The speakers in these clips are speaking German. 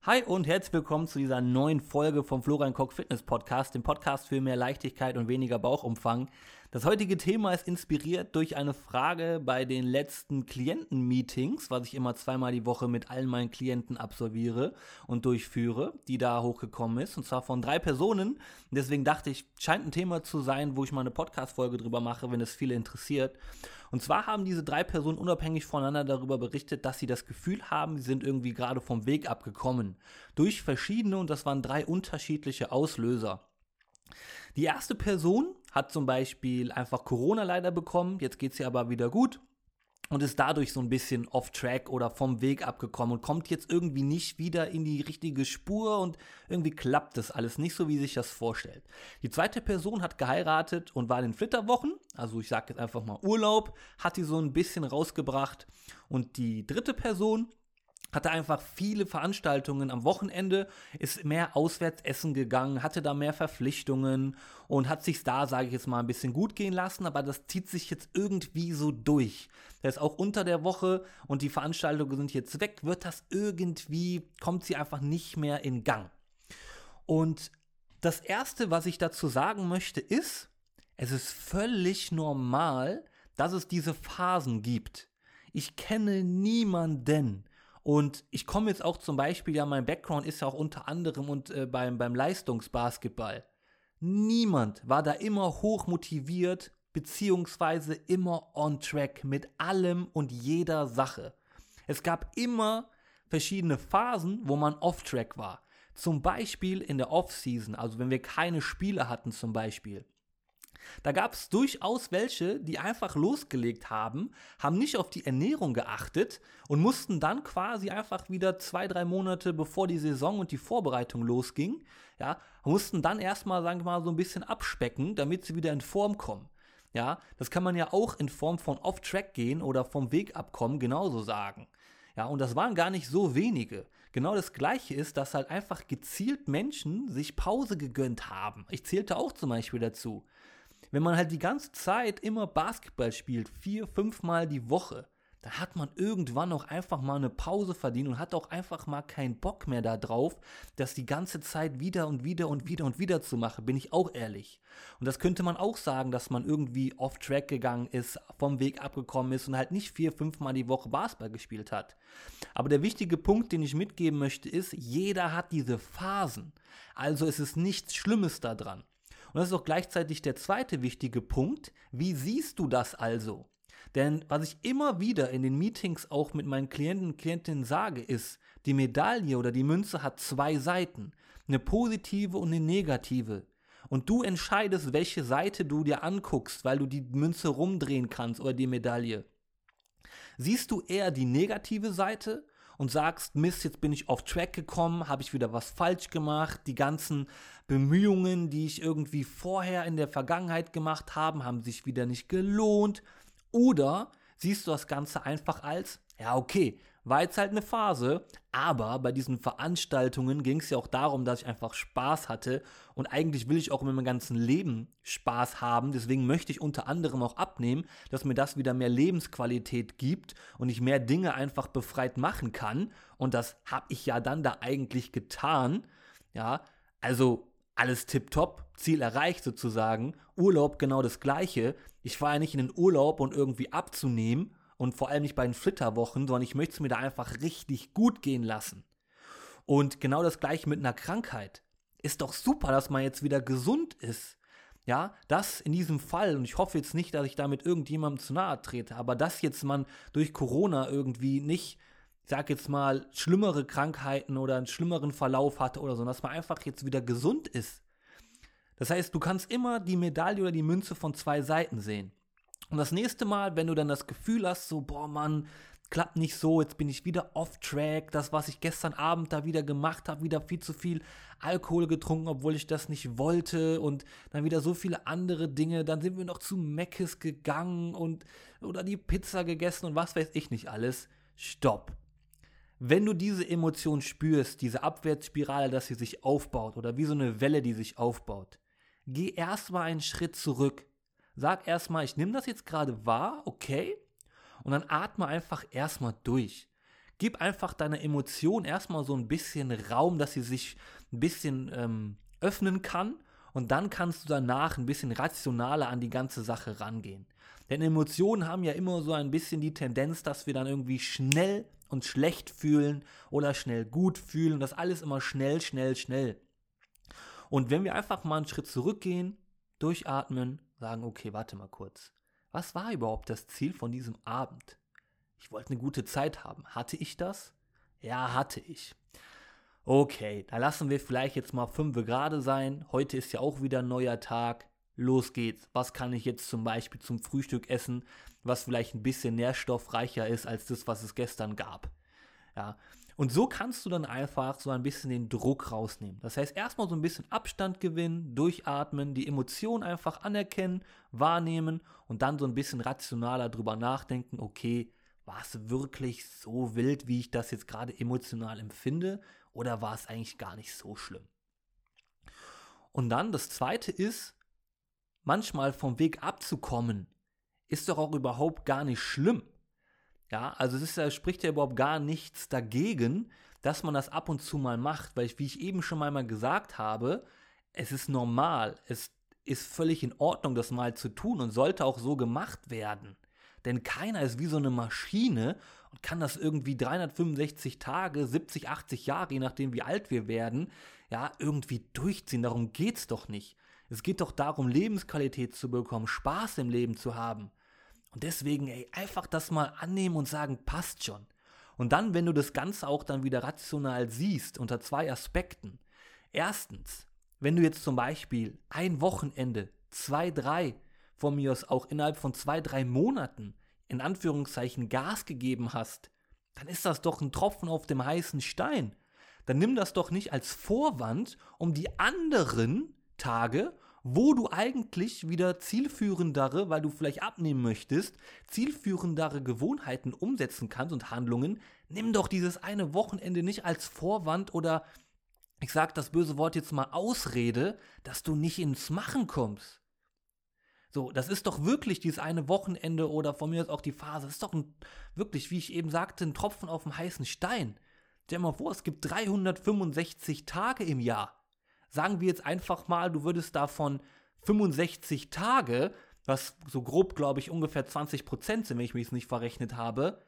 Hi und herzlich willkommen zu dieser neuen Folge vom Florian Koch Fitness Podcast, dem Podcast für mehr Leichtigkeit und weniger Bauchumfang. Das heutige Thema ist inspiriert durch eine Frage bei den letzten Klienten-Meetings, was ich immer zweimal die Woche mit allen meinen Klienten absolviere und durchführe, die da hochgekommen ist, und zwar von 3 Personen. Deswegen dachte ich, scheint ein Thema zu sein, wo ich mal eine Podcast-Folge drüber mache, wenn es viele interessiert. Und zwar haben diese 3 Personen unabhängig voneinander darüber berichtet, dass sie das Gefühl haben, sie sind irgendwie gerade vom Weg abgekommen. Durch verschiedene, und das waren 3 unterschiedliche Auslöser. Die erste Person hat zum Beispiel einfach Corona leider bekommen, jetzt geht es ihr aber wieder gut und ist dadurch so ein bisschen off-track oder vom Weg abgekommen und kommt jetzt irgendwie nicht wieder in die richtige Spur und irgendwie klappt das alles nicht so, wie sich das vorstellt. Die zweite Person hat geheiratet und war in den Flitterwochen, also ich sage jetzt einfach mal Urlaub, hat die so ein bisschen rausgebracht, und die dritte Person hatte einfach viele Veranstaltungen am Wochenende, ist mehr auswärts essen gegangen, hatte da mehr Verpflichtungen und hat sich da, sage ich jetzt mal, ein bisschen gut gehen lassen, aber das zieht sich jetzt irgendwie so durch. Das ist auch unter der Woche und die Veranstaltungen sind jetzt weg, kommt sie einfach nicht mehr in Gang. Und das Erste, was ich dazu sagen möchte, ist, es ist völlig normal, dass es diese Phasen gibt. Ich kenne niemanden. Und ich komme jetzt auch zum Beispiel, ja, mein Background ist ja auch unter anderem beim Leistungsbasketball. Niemand war da immer hoch motiviert, beziehungsweise immer on track mit allem und jeder Sache. Es gab immer verschiedene Phasen, wo man off-track war. Zum Beispiel in der Off-Season, also wenn wir keine Spiele hatten zum Beispiel. Da gab es durchaus welche, die einfach losgelegt haben nicht auf die Ernährung geachtet und mussten dann quasi einfach wieder 2-3 Monate, bevor die Saison und die Vorbereitung losging, ja, mussten dann erstmal, sagen wir mal, so ein bisschen abspecken, damit sie wieder in Form kommen. Ja, das kann man ja auch in Form von Off-Track gehen oder vom Weg abkommen genauso sagen. Ja, und das waren gar nicht so wenige. Genau das Gleiche ist, dass halt einfach gezielt Menschen sich Pause gegönnt haben. Ich zählte auch zum Beispiel dazu. Wenn man halt die ganze Zeit immer Basketball spielt, 4-5 Mal die Woche, dann hat man irgendwann auch einfach mal eine Pause verdient und hat auch einfach mal keinen Bock mehr da drauf, das die ganze Zeit wieder und wieder und wieder und wieder zu machen, bin ich auch ehrlich. Und das könnte man auch sagen, dass man irgendwie off-track gegangen ist, vom Weg abgekommen ist und halt nicht 4-5 Mal die Woche Basketball gespielt hat. Aber der wichtige Punkt, den ich mitgeben möchte, ist, jeder hat diese Phasen. Also es ist nichts Schlimmes daran. Und das ist auch gleichzeitig der zweite wichtige Punkt. Wie siehst du das also? Denn was ich immer wieder in den Meetings auch mit meinen Klienten und Klientinnen sage, ist, die Medaille oder die Münze hat 2 Seiten. Eine positive und eine negative. Und du entscheidest, welche Seite du dir anguckst, weil du die Münze rumdrehen kannst oder die Medaille. Siehst du eher die negative Seite und sagst, Mist, jetzt bin ich off track gekommen, habe ich wieder was falsch gemacht, die ganzen Bemühungen, die ich irgendwie vorher in der Vergangenheit gemacht habe, haben sich wieder nicht gelohnt? Oder siehst du das Ganze einfach als, ja okay, war jetzt halt eine Phase, aber bei diesen Veranstaltungen ging es ja auch darum, dass ich einfach Spaß hatte, und eigentlich will ich auch in meinem ganzen Leben Spaß haben, deswegen möchte ich unter anderem auch abnehmen, dass mir das wieder mehr Lebensqualität gibt und ich mehr Dinge einfach befreit machen kann, und das habe ich ja dann da eigentlich getan, ja, also alles tipptopp, Ziel erreicht sozusagen, Urlaub genau das Gleiche. Ich fahre ja nicht in den Urlaub, um irgendwie abzunehmen, und vor allem nicht bei den Flitterwochen, sondern ich möchte es mir da einfach richtig gut gehen lassen. Und genau das Gleiche mit einer Krankheit. Ist doch super, dass man jetzt wieder gesund ist. Ja, das in diesem Fall, und ich hoffe jetzt nicht, dass ich damit irgendjemandem zu nahe trete, aber dass jetzt man durch Corona irgendwie nicht, ich sag jetzt mal, schlimmere Krankheiten oder einen schlimmeren Verlauf hatte oder so, dass man einfach jetzt wieder gesund ist. Das heißt, du kannst immer die Medaille oder die Münze von 2 Seiten sehen. Und das nächste Mal, wenn du dann das Gefühl hast, so, boah Mann, klappt nicht so, jetzt bin ich wieder off-track, das, was ich gestern Abend da wieder gemacht habe, wieder viel zu viel Alkohol getrunken, obwohl ich das nicht wollte, und dann wieder so viele andere Dinge, dann sind wir noch zu Mc's gegangen oder die Pizza gegessen und was weiß ich nicht alles. Stopp. Wenn du diese Emotion spürst, diese Abwärtsspirale, dass sie sich aufbaut oder wie so eine Welle, die sich aufbaut, geh erstmal einen Schritt zurück. Sag erstmal, ich nehme das jetzt gerade wahr, okay? Und dann atme einfach erstmal durch. Gib einfach deiner Emotion erstmal so ein bisschen Raum, dass sie sich ein bisschen öffnen kann und dann kannst du danach ein bisschen rationaler an die ganze Sache rangehen. Denn Emotionen haben ja immer so ein bisschen die Tendenz, dass wir dann irgendwie schnell uns schlecht fühlen oder schnell gut fühlen. Das alles immer schnell, schnell, schnell. Und wenn wir einfach mal einen Schritt zurückgehen, durchatmen, sagen, okay, warte mal kurz. Was war überhaupt das Ziel von diesem Abend? Ich wollte eine gute Zeit haben. Hatte ich das? Ja, hatte ich. Okay, da lassen wir vielleicht jetzt mal 5 gerade sein. Heute ist ja auch wieder ein neuer Tag. Los geht's. Was kann ich jetzt zum Beispiel zum Frühstück essen, was vielleicht ein bisschen nährstoffreicher ist als das, was es gestern gab? Ja. Und so kannst du dann einfach so ein bisschen den Druck rausnehmen. Das heißt, erstmal so ein bisschen Abstand gewinnen, durchatmen, die Emotionen einfach anerkennen, wahrnehmen und dann so ein bisschen rationaler drüber nachdenken, okay, war es wirklich so wild, wie ich das jetzt gerade emotional empfinde, oder war es eigentlich gar nicht so schlimm? Und dann das Zweite ist, manchmal vom Weg abzukommen, ist doch auch überhaupt gar nicht schlimm. Ja, also spricht ja überhaupt gar nichts dagegen, dass man das ab und zu mal macht, weil wie ich eben schon mal gesagt habe, es ist normal, es ist völlig in Ordnung, das mal zu tun und sollte auch so gemacht werden. Denn keiner ist wie so eine Maschine und kann das irgendwie 365 Tage, 70, 80 Jahre, je nachdem wie alt wir werden, ja, irgendwie durchziehen. Darum geht's doch nicht. Es geht doch darum, Lebensqualität zu bekommen, Spaß im Leben zu haben. Und deswegen, einfach das mal annehmen und sagen, passt schon. Und dann, wenn du das Ganze auch dann wieder rational siehst, unter 2 Aspekten. Erstens, wenn du jetzt zum Beispiel ein Wochenende, 2, 3, von mir aus auch innerhalb von 2, 3 Monaten, in Anführungszeichen Gas gegeben hast, dann ist das doch ein Tropfen auf dem heißen Stein. Dann nimm das doch nicht als Vorwand, um die anderen Tage, wo du eigentlich wieder zielführendere, weil du vielleicht abnehmen möchtest, zielführendere Gewohnheiten umsetzen kannst und Handlungen, nimm doch dieses eine Wochenende nicht als Vorwand oder, ich sag das böse Wort jetzt mal, Ausrede, dass du nicht ins Machen kommst. So, das ist doch wirklich dieses eine Wochenende oder von mir aus auch die Phase, das ist doch wirklich, wie ich eben sagte, ein Tropfen auf dem heißen Stein. Stell dir mal vor, es gibt 365 Tage im Jahr. Sagen wir jetzt einfach mal, du würdest davon 65 Tage, was so grob, glaube ich, ungefähr 20% sind, wenn ich mich jetzt nicht verrechnet habe,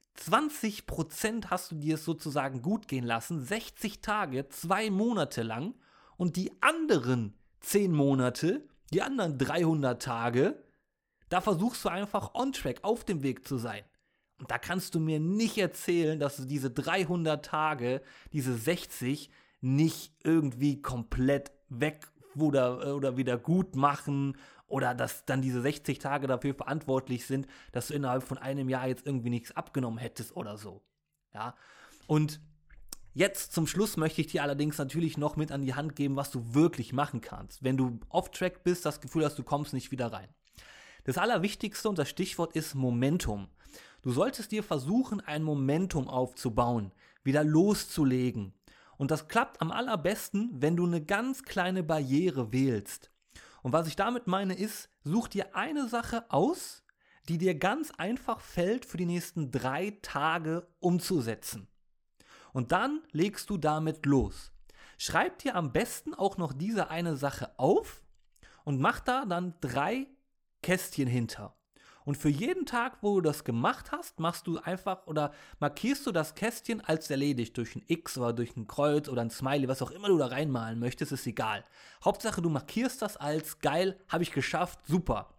20% hast du dir es sozusagen gut gehen lassen, 60 Tage, 2 Monate lang und die anderen 10 Monate, die anderen 300 Tage, da versuchst du einfach on track, auf dem Weg zu sein. Und da kannst du mir nicht erzählen, dass du diese 300 Tage, diese 60 nicht irgendwie komplett weg oder wieder gut machen oder dass dann diese 60 Tage dafür verantwortlich sind, dass du innerhalb von einem Jahr jetzt irgendwie nichts abgenommen hättest oder so. Ja, und jetzt zum Schluss möchte ich dir allerdings natürlich noch mit an die Hand geben, was du wirklich machen kannst, wenn du off-track bist, das Gefühl hast, du kommst nicht wieder rein. Das Allerwichtigste und das Stichwort ist Momentum. Du solltest dir versuchen, ein Momentum aufzubauen, wieder loszulegen. Und das klappt am allerbesten, wenn du eine ganz kleine Barriere wählst. Und was ich damit meine ist, such dir eine Sache aus, die dir ganz einfach fällt für die nächsten 3 Tage umzusetzen. Und dann legst du damit los. Schreib dir am besten auch noch diese eine Sache auf und mach da dann 3 Kästchen hinter. Und für jeden Tag, wo du das gemacht hast, machst du einfach oder markierst du das Kästchen als erledigt durch ein X oder durch ein Kreuz oder ein Smiley, was auch immer du da reinmalen möchtest, ist egal. Hauptsache, du markierst das als geil, habe ich geschafft, super.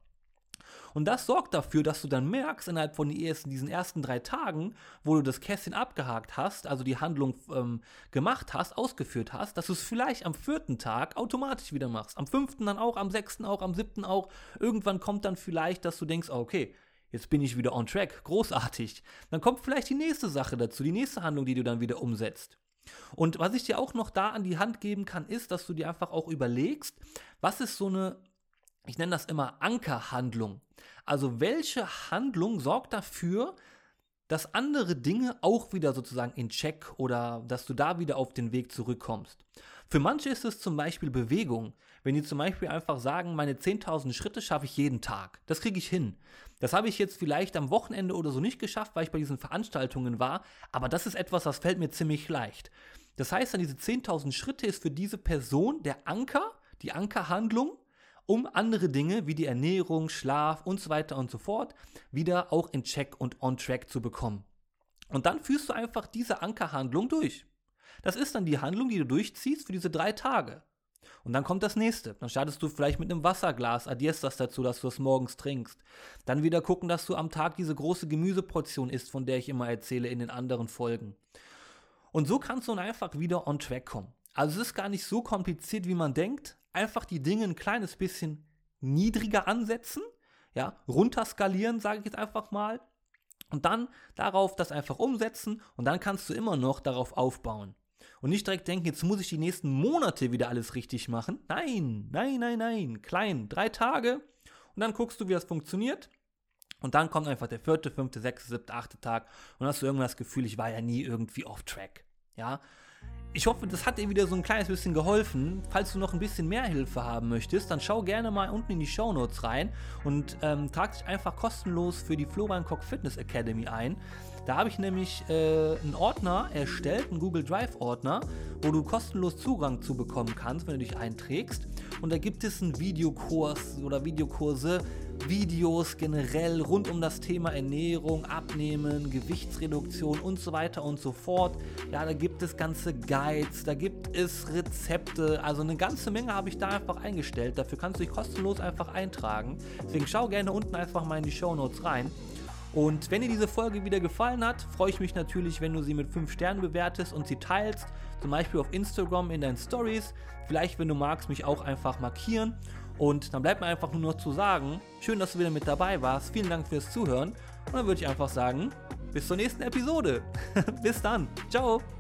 Und das sorgt dafür, dass du dann merkst, innerhalb von diesen ersten 3 Tagen, wo du das Kästchen abgehakt hast, also die Handlung gemacht hast, ausgeführt hast, dass du es vielleicht am 4. Tag automatisch wieder machst. Am 5. dann auch, am 6. auch, am 7. auch. Irgendwann kommt dann vielleicht, dass du denkst, okay, jetzt bin ich wieder on track, großartig. Dann kommt vielleicht die nächste Sache dazu, die nächste Handlung, die du dann wieder umsetzt. Und was ich dir auch noch da an die Hand geben kann, ist, dass du dir einfach auch überlegst, was ist so eine, ich nenne das immer Ankerhandlung. Also welche Handlung sorgt dafür, dass andere Dinge auch wieder sozusagen in Check oder dass du da wieder auf den Weg zurückkommst. Für manche ist es zum Beispiel Bewegung. Wenn die zum Beispiel einfach sagen, meine 10.000 Schritte schaffe ich jeden Tag. Das kriege ich hin. Das habe ich jetzt vielleicht am Wochenende oder so nicht geschafft, weil ich bei diesen Veranstaltungen war. Aber das ist etwas, das fällt mir ziemlich leicht. Das heißt, dann diese 10.000 Schritte ist für diese Person der Anker, die Ankerhandlung, um andere Dinge wie die Ernährung, Schlaf und so weiter und so fort wieder auch in Check und on Track zu bekommen. Und dann führst du einfach diese Ankerhandlung durch. Das ist dann die Handlung, die du durchziehst für diese 3 Tage. Und dann kommt das nächste. Dann startest du vielleicht mit einem Wasserglas, addierst das dazu, dass du es morgens trinkst. Dann wieder gucken, dass du am Tag diese große Gemüseportion isst, von der ich immer erzähle in den anderen Folgen. Und so kannst du dann einfach wieder on track kommen. Also es ist gar nicht so kompliziert, wie man denkt. Einfach die Dinge ein kleines bisschen niedriger ansetzen, ja, runterskalieren, sage ich jetzt einfach mal. Und dann darauf das einfach umsetzen und dann kannst du immer noch darauf aufbauen. Und nicht direkt denken, jetzt muss ich die nächsten Monate wieder alles richtig machen. Nein. Klein, 3 Tage und dann guckst du, wie das funktioniert. Und dann kommt einfach der 4., 5., 6., 7., 8. Tag und dann hast du irgendwann das Gefühl, ich war ja nie irgendwie off track. Ja. Ich hoffe, das hat dir wieder so ein kleines bisschen geholfen. Falls du noch ein bisschen mehr Hilfe haben möchtest, dann schau gerne mal unten in die Shownotes rein und trag dich einfach kostenlos für die Florian Koch Fitness Academy ein. Da habe ich nämlich einen Ordner erstellt, einen Google Drive Ordner, wo du kostenlos Zugang zu bekommen kannst, wenn du dich einträgst. Und da gibt es einen Videokurs oder Videokurse, Videos generell rund um das Thema Ernährung, Abnehmen, Gewichtsreduktion und so weiter und so fort. Ja, da gibt es ganze Guides, da gibt es Rezepte, also eine ganze Menge habe ich da einfach eingestellt. Dafür kannst du dich kostenlos einfach eintragen. Deswegen schau gerne unten einfach mal in die Shownotes rein. Und wenn dir diese Folge wieder gefallen hat, freue ich mich natürlich, wenn du sie mit 5 Sternen bewertest und sie teilst, zum Beispiel auf Instagram in deinen Stories. Vielleicht, wenn du magst, mich auch einfach markieren. Und dann bleibt mir einfach nur noch zu sagen, schön, dass du wieder mit dabei warst. Vielen Dank fürs Zuhören. Und dann würde ich einfach sagen, bis zur nächsten Episode. Bis dann. Ciao.